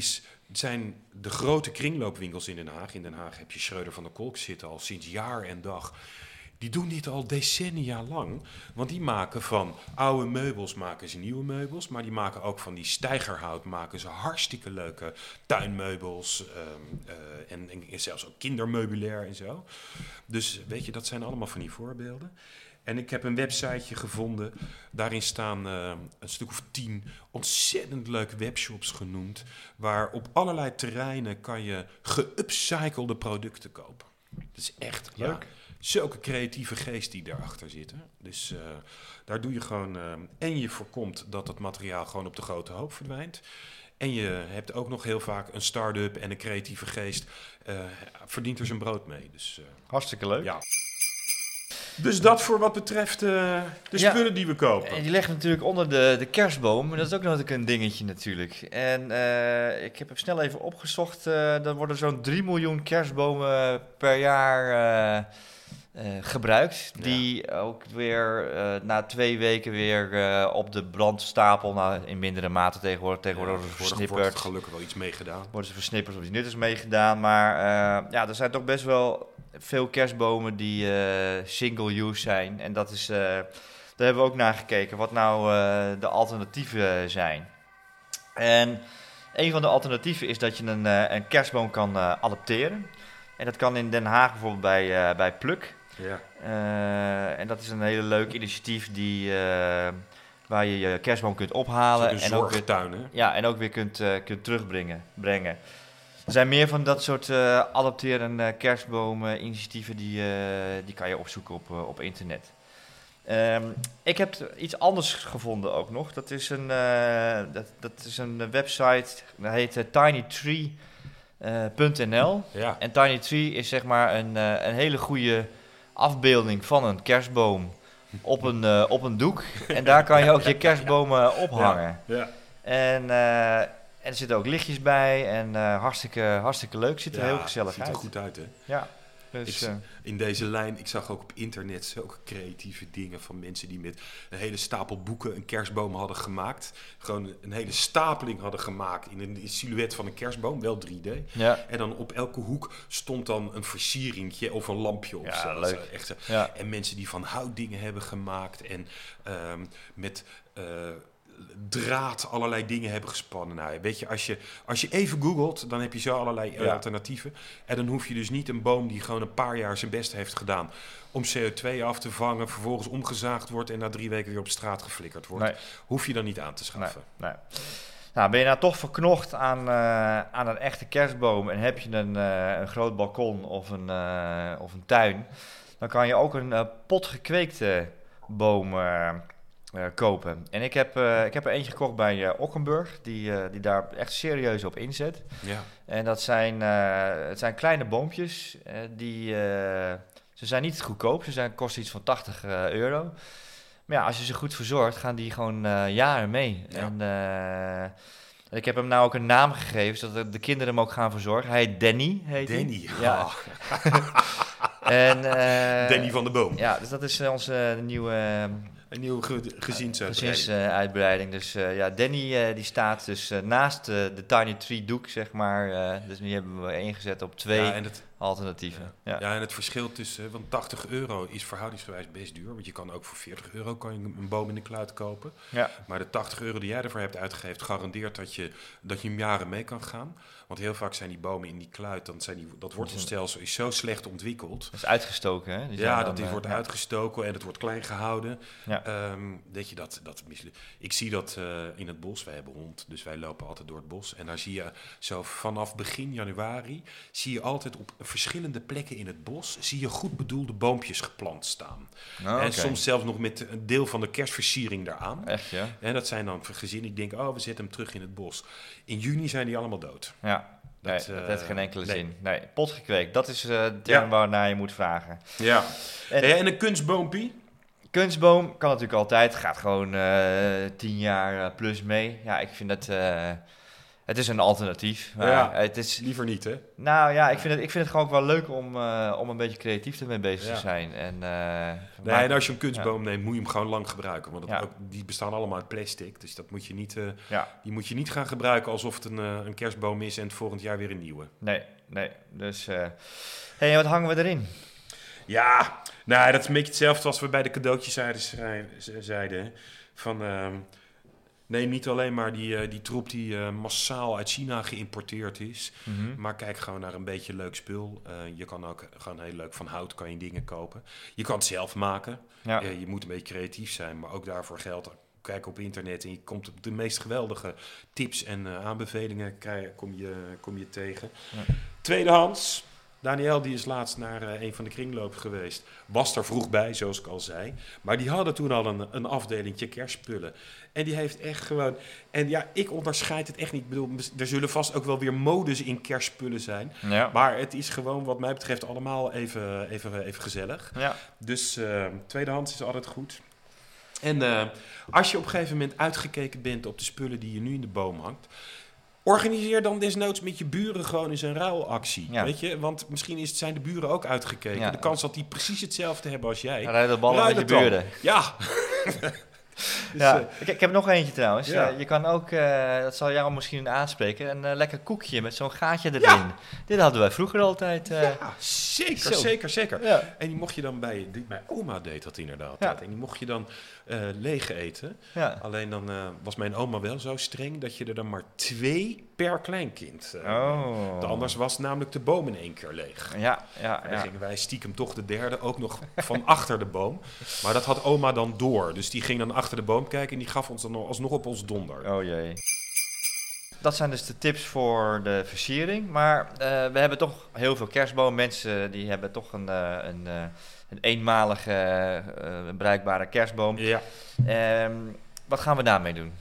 Het zijn de grote kringloopwinkels in Den Haag. In Den Haag heb je Schreuder van der Kolk zitten al sinds jaar en dag. Die doen dit al decennia lang. Want die maken van oude meubels maken ze nieuwe meubels. Maar die maken ook van die steigerhout maken ze hartstikke leuke tuinmeubels. Um, uh, en, en zelfs ook kindermeubilair en zo. Dus weet je, dat zijn allemaal van die voorbeelden. En ik heb een websiteje gevonden. Daarin staan uh, een stuk of tien ontzettend leuke webshops genoemd. Waar op allerlei terreinen kan je geupcyclede producten kopen. Dat is echt leuk. Ja, zulke creatieve geest die daarachter zitten. Dus uh, daar doe je gewoon... Uh, en je voorkomt dat het materiaal gewoon op de grote hoop verdwijnt. En je hebt ook nog heel vaak een start-up en een creatieve geest. Uh, verdient er zijn brood mee. Dus, uh, hartstikke leuk. Ja. Dus dat voor wat betreft uh, de spullen ja, die we kopen. En die leggen natuurlijk onder de, de kerstboom. Dat is ook nog een dingetje natuurlijk. En uh, ik heb hem snel even opgezocht. Uh, dan worden zo'n drie miljoen kerstbomen per jaar uh, uh, gebruikt. Ja. Die ook weer uh, na twee weken weer uh, op de brandstapel, nou, in mindere mate tegenwoordig, tegenwoordig ja, versnipperd. Wordt er gelukkig wel iets mee gedaan. Worden ze versnipperd of iets nuttigs mee gedaan. Maar uh, ja, er zijn toch best wel veel kerstbomen die uh, single-use zijn. En dat is, uh, daar hebben we ook naar gekeken, wat nou uh, de alternatieven zijn. En een van de alternatieven is dat je een, uh, een kerstboom kan uh, adopteren. En dat kan in Den Haag bijvoorbeeld bij, uh, bij Pluk. Ja. Uh, en dat is een hele leuk initiatief die, uh, waar je je kerstboom kunt ophalen. Een en ook weer, tuin, hè? Ja, en ook weer kunt, uh, kunt terugbrengen. Brengen. Er zijn meer van dat soort uh, adopteren uh, kerstbomen initiatieven die, uh, die kan je opzoeken op, uh, op internet. Um, ik heb t- iets anders gevonden ook nog. Dat is een, uh, dat, dat is een website, dat heet uh, tinytree punt n l. Ja. En Tinytree is zeg maar een, uh, een hele goede afbeelding van een kerstboom op een, uh, op een doek. En daar kan je ook je kerstbomen ophangen. Ja. Ja. En... Uh, En er zitten ook lichtjes bij en uh, hartstikke, hartstikke leuk. Ziet er ja, heel gezellig uit. Ziet er goed uit, hè? Ja. Dus, ik, uh, in deze lijn, ik zag ook op internet zulke creatieve dingen van mensen die met een hele stapel boeken een kerstboom hadden gemaakt. Gewoon een hele stapeling hadden gemaakt in een silhouet van een kerstboom, wel drie D. Ja. En dan op elke hoek stond dan een versieringje of een lampje of ja, zo. Leuk. Echt, ja. En mensen die van houtdingen hebben gemaakt en um, met... Uh, draad allerlei dingen hebben gespannen. Nou, weet je, als je, als je even googelt, dan heb je zo allerlei ja. alternatieven. En dan hoef je dus niet een boom die gewoon een paar jaar zijn best heeft gedaan om C O twee af te vangen, vervolgens omgezaagd wordt en na drie weken weer op straat geflikkerd wordt. Nee. Hoef je dan niet aan te schaffen. Nee, nee. Nou, ben je nou toch verknocht aan, uh, aan een echte kerstboom en heb je een, uh, een groot balkon of een, uh, of een tuin, dan kan je ook een uh, potgekweekte boom uh, Uh, kopen. En ik heb, uh, ik heb er eentje gekocht bij uh, Ockenburg, die, uh, die daar echt serieus op inzet. Ja. En dat zijn, uh, het zijn kleine boompjes, uh, die, uh, ze zijn niet goedkoop, ze zijn, kosten iets van tachtig uh, euro. Maar ja, als je ze goed verzorgt, gaan die gewoon uh, jaren mee. Ja. En uh, ik heb hem nou ook een naam gegeven, zodat de kinderen hem ook gaan verzorgen. Hij heet Danny. Heet Danny, hij. Ja. en, uh, Danny van de Boom. Ja, dus dat is onze uh, nieuwe... Uh, Een nieuwe ge- gezinsuitbreiding. Gezinsuitbreiding. Dus uh, ja, Danny uh, die staat dus uh, naast uh, de Tiny Tree doek, zeg maar. Uh, dus nu hebben we ingezet op twee ja, en het, alternatieven. Ja. Ja. ja, en het verschil tussen... Want tachtig euro is verhoudingsgewijs best duur. Want je kan ook voor veertig euro kan je een boom in de kluit kopen. Ja. Maar de tachtig euro die jij ervoor hebt uitgegeven garandeert dat je, dat je hem jaren mee kan gaan. Want heel vaak zijn die bomen in die kluit, dan zijn die, dat wortelstelsel is zo slecht ontwikkeld. Dat is uitgestoken, hè? Die ja, dat dan, wordt uh, uitgestoken en het wordt klein gehouden. Ja. Um, dat je dat, dat mislukt. Ik zie dat uh, in het bos. Wij hebben hond, dus wij lopen altijd door het bos. En daar zie je zo vanaf begin januari, zie je altijd op verschillende plekken in het bos, zie je goed bedoelde boompjes geplant staan. Oh, en okay. Soms zelfs nog met een deel van de kerstversiering daaraan. Echt, ja? En dat zijn dan gezinnen, ik denk, oh, we zetten hem terug in het bos. In juni zijn die allemaal dood. Ja. Dat, nee, dat uh, heeft geen enkele nee. zin. Nee, potgekweekt, dat is uh, de term ja. waarnaar je moet vragen. Ja. En, en een kunstboompie? Kunstboom kan natuurlijk altijd. Gaat gewoon uh, tien jaar plus mee. Ja, ik vind dat... Uh, Het is een alternatief. Maar Ja, het is, liever niet, hè? nou ja, ik vind het, ik vind het gewoon ook wel leuk om, uh, om een beetje creatief ermee bezig Ja. te zijn. En, uh, nee, maar, en als je een kunstboom ja. neemt, moet je hem gewoon lang gebruiken. Want het ja. ook, die bestaan allemaal uit plastic. Dus dat moet je niet, uh, ja. die moet je niet gaan gebruiken alsof het een, uh, een kerstboom is en het volgend jaar weer een nieuwe. Nee, nee. Dus, uh, hey, wat hangen we erin? Ja, nou, dat is een beetje hetzelfde als we bij de cadeautjes zeiden. zeiden van, uh, nee, niet alleen maar die, uh, die troep die uh, massaal uit China geïmporteerd is. Mm-hmm. Maar kijk gewoon naar een beetje leuk spul. Uh, je kan ook gewoon heel leuk van hout kan je dingen kopen. Je kan het zelf maken. Ja. Uh, je moet een beetje creatief zijn, maar ook daarvoor geldt. Kijk op internet en je komt op de meest geweldige tips en uh, aanbevelingen krijg, kom, je, kom je tegen. Ja. Tweedehands. Daniel die is laatst naar uh, een van de kringlopen geweest. Was er vroeg bij, zoals ik al zei. Maar die hadden toen al een, een afdelingje kerstspullen. En die heeft echt gewoon... En ja, ik onderscheid het echt niet. Ik bedoel, er zullen vast ook wel weer modes in kerstspullen zijn. Ja. Maar het is gewoon, wat mij betreft, allemaal even, even, even gezellig. Ja. Dus uh, tweedehands is altijd goed. En uh, als je op een gegeven moment uitgekeken bent op de spullen die je nu in de boom hangt... Organiseer dan desnoods met je buren gewoon eens een ruilactie, ja. weet je? Want misschien is het, zijn de buren ook uitgekeken. Ja. De kans dat die precies hetzelfde hebben als jij. Ruil de ballen met je buren. Ja. Dus, ja. Uh, ik, ik heb nog eentje trouwens. Ja. Uh, je kan ook, uh, dat zal jou misschien aanspreken, een uh, lekker koekje met zo'n gaatje erin. Ja. Dit hadden wij vroeger altijd. Uh, ja, zeker, Zo. zeker, zeker. Ja. En die mocht je dan bij, die, mijn oma deed dat inderdaad. Ja. En die mocht je dan uh, leeg eten. Ja. Alleen dan uh, was mijn oma wel zo streng dat je er dan maar twee per kleinkind. Uh, oh. Anders was namelijk de boom in één keer leeg. Ja, ja, en dan ja. gingen wij stiekem toch de derde ook nog van achter de boom. Maar dat had oma dan door. Dus die ging dan achter de boom kijken en die gaf ons dan alsnog op ons donder. Oh jee. Dat zijn dus de tips voor de versiering. Maar uh, we hebben toch heel veel kerstbomen. Mensen die hebben toch een, uh, een, uh, een eenmalige uh, bruikbare kerstboom. Ja. Um, wat gaan we daarmee doen?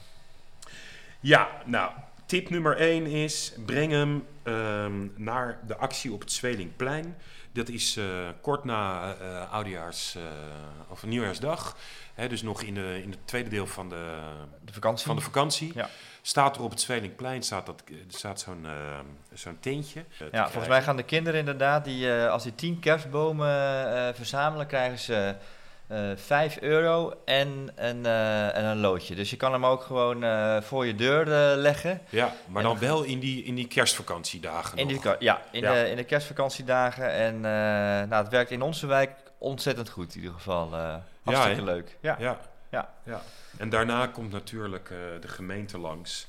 Ja, nou, tip nummer één is breng hem um, naar de actie op het Zwelingplein. Dat is uh, kort na uh, Oudejaars uh, of Nieuwjaarsdag. Hè, dus nog in, de, in het tweede deel van de, de vakantie. Van de vakantie. Ja. Staat er op het Zwelingplein staat, dat, staat zo'n, uh, zo'n tentje. Uh, ja, volgens mij gaan de kinderen inderdaad, die, uh, als die tien kerstbomen uh, verzamelen, krijgen ze uh, vijf euro en een, uh, en een loodje. Dus je kan hem ook gewoon uh, voor je deur uh, leggen. Ja, maar dan, dan wel in die, in die kerstvakantiedagen in nog. Die, ja, in, ja. De, in de kerstvakantiedagen. En uh, nou, het werkt in onze wijk ontzettend goed in ieder geval. Uh, hartstikke ja, leuk. Ja. Ja. Ja. Ja. En daarna komt natuurlijk uh, de gemeente langs.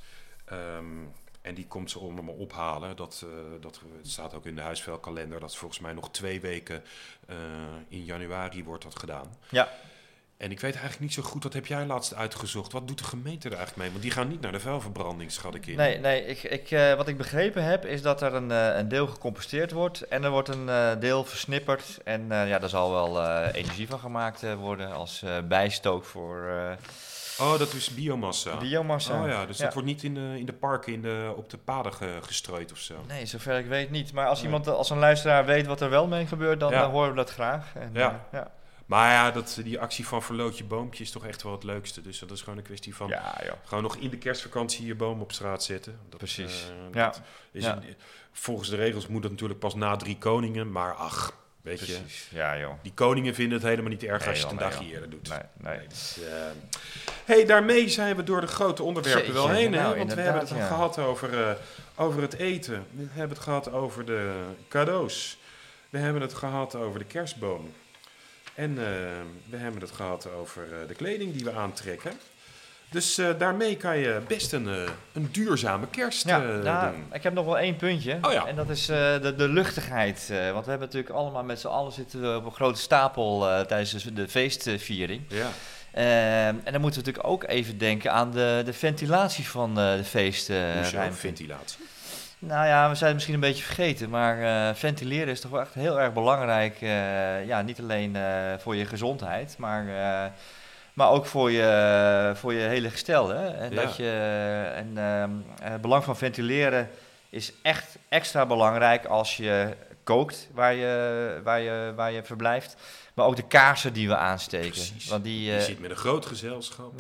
Um, en die komt ze allemaal ophalen. Dat, uh, dat staat ook in de huisvuilkalender. Dat volgens mij nog twee weken uh, in januari wordt dat gedaan. Ja. En ik weet eigenlijk niet zo goed, dat heb jij laatst uitgezocht. Wat doet de gemeente er eigenlijk mee? Want die gaan niet naar de vuilverbranding, schat ik in. Nee, nee ik, ik, uh, wat ik begrepen heb is dat er een, uh, een deel gecomposteerd wordt. En er wordt een uh, deel versnipperd. En uh, ja, daar zal wel uh, energie van gemaakt uh, worden als uh, bijstook voor... Uh, oh, dat is biomassa. Biomassa. Oh ja, dus ja. Dat wordt niet in de, in de parken in de, op de paden ge, gestrooid of zo. Nee, zover ik weet niet. Maar als nee. iemand, als een luisteraar weet wat er wel mee gebeurt, dan ja. uh, horen we dat graag. En, ja. Uh, ja. Maar ja, dat, die actie van verloot je boompje is toch echt wel het leukste. Dus dat is gewoon een kwestie van ja, gewoon nog in de kerstvakantie je boom op straat zetten. Dat, Precies. Uh, ja. dat is ja. een, volgens de regels moet dat natuurlijk pas na drie koningen. Maar ach, weet Precies. je. Ja, joh. Die koningen vinden het helemaal niet erg nee, als je het een nee, dagje joh. eerder doet. Nee, nee. nee dus, uh, hey, daarmee zijn we door de grote onderwerpen Jeetje, wel heen. Nou, hè? Want we hebben het ja. gehad over, uh, over het eten. We hebben het gehad over de cadeaus. We hebben het gehad over de kerstboom. En uh, we hebben het gehad over uh, de kleding die we aantrekken. Dus uh, daarmee kan je best een, uh, een duurzame kerst ja, uh, nou, doen. Ik heb nog wel één puntje. Oh ja. En dat is uh, de, de luchtigheid. Uh, want we hebben natuurlijk allemaal met z'n allen zitten op een grote stapel uh, tijdens de, de feestviering. Ja. Uh, en dan moeten we natuurlijk ook even denken aan de, de ventilatie van uh, de feestruimte. Hoezo ventilatie? Nou ja, we zijn het misschien een beetje vergeten, maar uh, ventileren is toch wel echt heel erg belangrijk. Uh, ja, niet alleen uh, voor je gezondheid, maar, uh, maar ook voor je, voor je hele gestel. Hè? En ja. dat je, en uh, het belang van ventileren is echt extra belangrijk als je kookt waar je, waar je, waar je verblijft. Maar ook de kaarsen die we aansteken. Precies. Want die, uh, je zit met een groot gezelschap. Ja.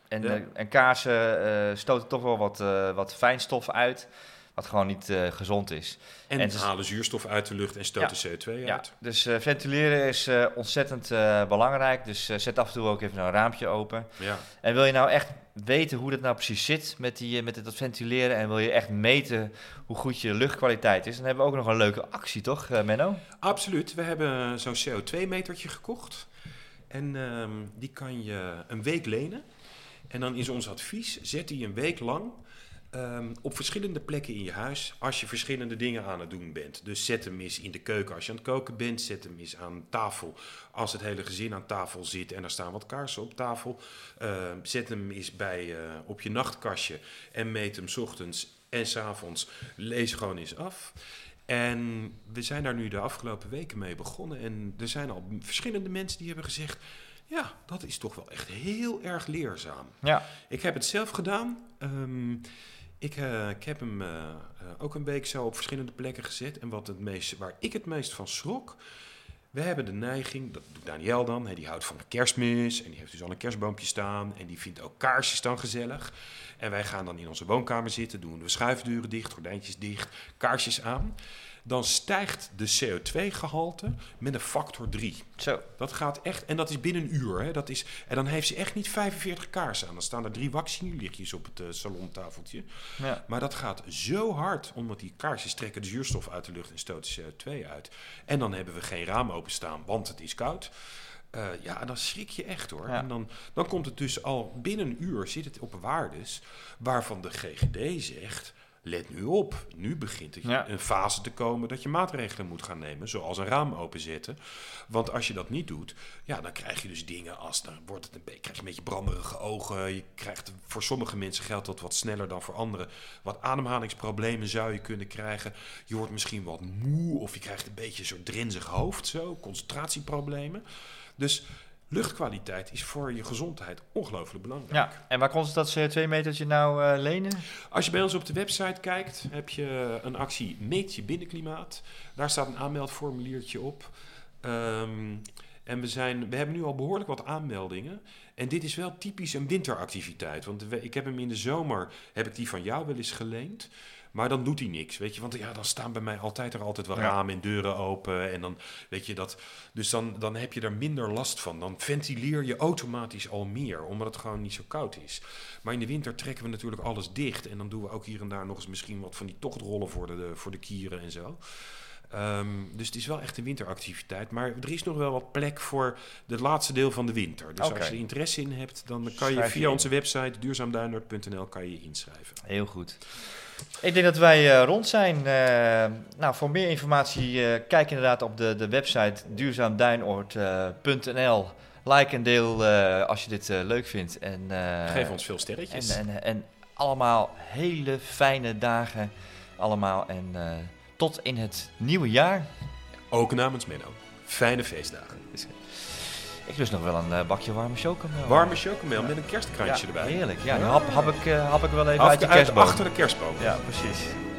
En, Ja. uh, en kaarsen uh, stoten toch wel wat, uh, wat fijnstof uit, wat gewoon niet uh, gezond is. En, en ze halen zuurstof uit de lucht en stoten ja. C O twee ja. uit. Dus uh, ventileren is uh, ontzettend uh, belangrijk. Dus uh, zet af en toe ook even een raampje open. Ja. En wil je nou echt weten hoe dat nou precies zit met, die, met het ventileren en wil je echt meten hoe goed je luchtkwaliteit is, dan hebben we ook nog een leuke actie, toch, uh, Menno? Absoluut. We hebben zo'n C O twee metertje gekocht. En uh, die kan je een week lenen. En dan is ons advies, zet die een week lang um, op verschillende plekken in je huis als je verschillende dingen aan het doen bent. Dus zet hem eens in de keuken als je aan het koken bent. Zet hem eens aan tafel als het hele gezin aan tafel zit en er staan wat kaarsen op tafel. Uh, zet hem eens bij, uh, op je nachtkastje en meet hem 's ochtends en 's avonds. Lees gewoon eens af. En we zijn daar nu de afgelopen weken mee begonnen. En er zijn al verschillende mensen die hebben gezegd, ja, dat is toch wel echt heel erg leerzaam. Ja. Ik heb het zelf gedaan. Um, ik, uh, ik heb hem uh, uh, ook een week zo op verschillende plekken gezet. En wat het meest, waar ik het meest van schrok, we hebben de neiging, dat doet Daniel dan, hè, die houdt van de Kerstmis en die heeft dus al een kerstboompje staan en die vindt ook kaarsjes dan gezellig. En wij gaan dan in onze woonkamer zitten, doen de schuifdeuren dicht, gordijntjes dicht, kaarsjes aan. Dan stijgt de C O twee gehalte met een factor drie. Zo. Dat gaat echt, en dat is binnen een uur. Hè. Dat is, en dan heeft ze echt niet vijfenveertig kaarsen aan. Dan staan er drie waxinierlichtjes op het uh, salontafeltje. Ja. Maar dat gaat zo hard, omdat die kaarsjes trekken de zuurstof uit de lucht en stoten C O twee uit. En dan hebben we geen raam openstaan, want het is koud. Uh, ja, dan schrik je echt hoor. Ja. En dan, dan komt het dus al binnen een uur, zit het op waardes waarvan de G G D zegt, let nu op, nu begint er ja. een fase te komen dat je maatregelen moet gaan nemen, zoals een raam openzetten. Want als je dat niet doet, ja, dan krijg je dus dingen als, dan wordt het een beetje, krijg je een beetje branderige ogen. Je krijgt, voor sommige mensen geldt dat wat sneller dan voor anderen. Wat ademhalingsproblemen zou je kunnen krijgen. Je wordt misschien wat moe of je krijgt een beetje een soort drinzig hoofd, zo, concentratieproblemen. Dus luchtkwaliteit is voor je gezondheid ongelooflijk belangrijk. Ja, en waar kon ze dat C O twee metertje nou uh, lenen? Als je bij ons op de website kijkt, heb je een actie Meet je binnenklimaat. Daar staat een aanmeldformuliertje op. Um, en we, zijn, we hebben nu al behoorlijk wat aanmeldingen. En dit is wel typisch een winteractiviteit. Want we, ik heb hem in de zomer, heb ik die van jou wel eens geleend. Maar dan doet hij niks, weet je. Want ja, dan staan bij mij altijd er altijd wel ja. ramen en deuren open. En dan, weet je, dat... Dus dan, dan heb je er minder last van. Dan ventileer je automatisch al meer, omdat het gewoon niet zo koud is. Maar in de winter trekken we natuurlijk alles dicht. En dan doen we ook hier en daar nog eens misschien wat van die tochtrollen voor de, voor de kieren en zo. Um, dus het is wel echt een winteractiviteit. Maar er is nog wel wat plek voor het laatste deel van de winter. Dus okay. als je er interesse in hebt, dan kan je via onze website duurzaam duinoord punt n l kan je je inschrijven. Heel goed. Ik denk dat wij uh, rond zijn. Uh, nou, voor meer informatie uh, kijk inderdaad op de, de website duurzaam duinoord punt n l. Like en deel uh, als je dit uh, leuk vindt. En, uh, Geef ons veel sterretjes. En, en, en allemaal hele fijne dagen. Allemaal. En uh, tot in het nieuwe jaar. Ook namens Menno. Fijne feestdagen. Ik lust nog wel een uh, bakje warme chocomel. Warme chocomel ja. met een kerstkrantje ja, erbij. Heerlijk. Ja, die hap, hap, ik, uh, hap ik wel even Af, uit de kerstboom. Achter de kerstboom. Ja, precies.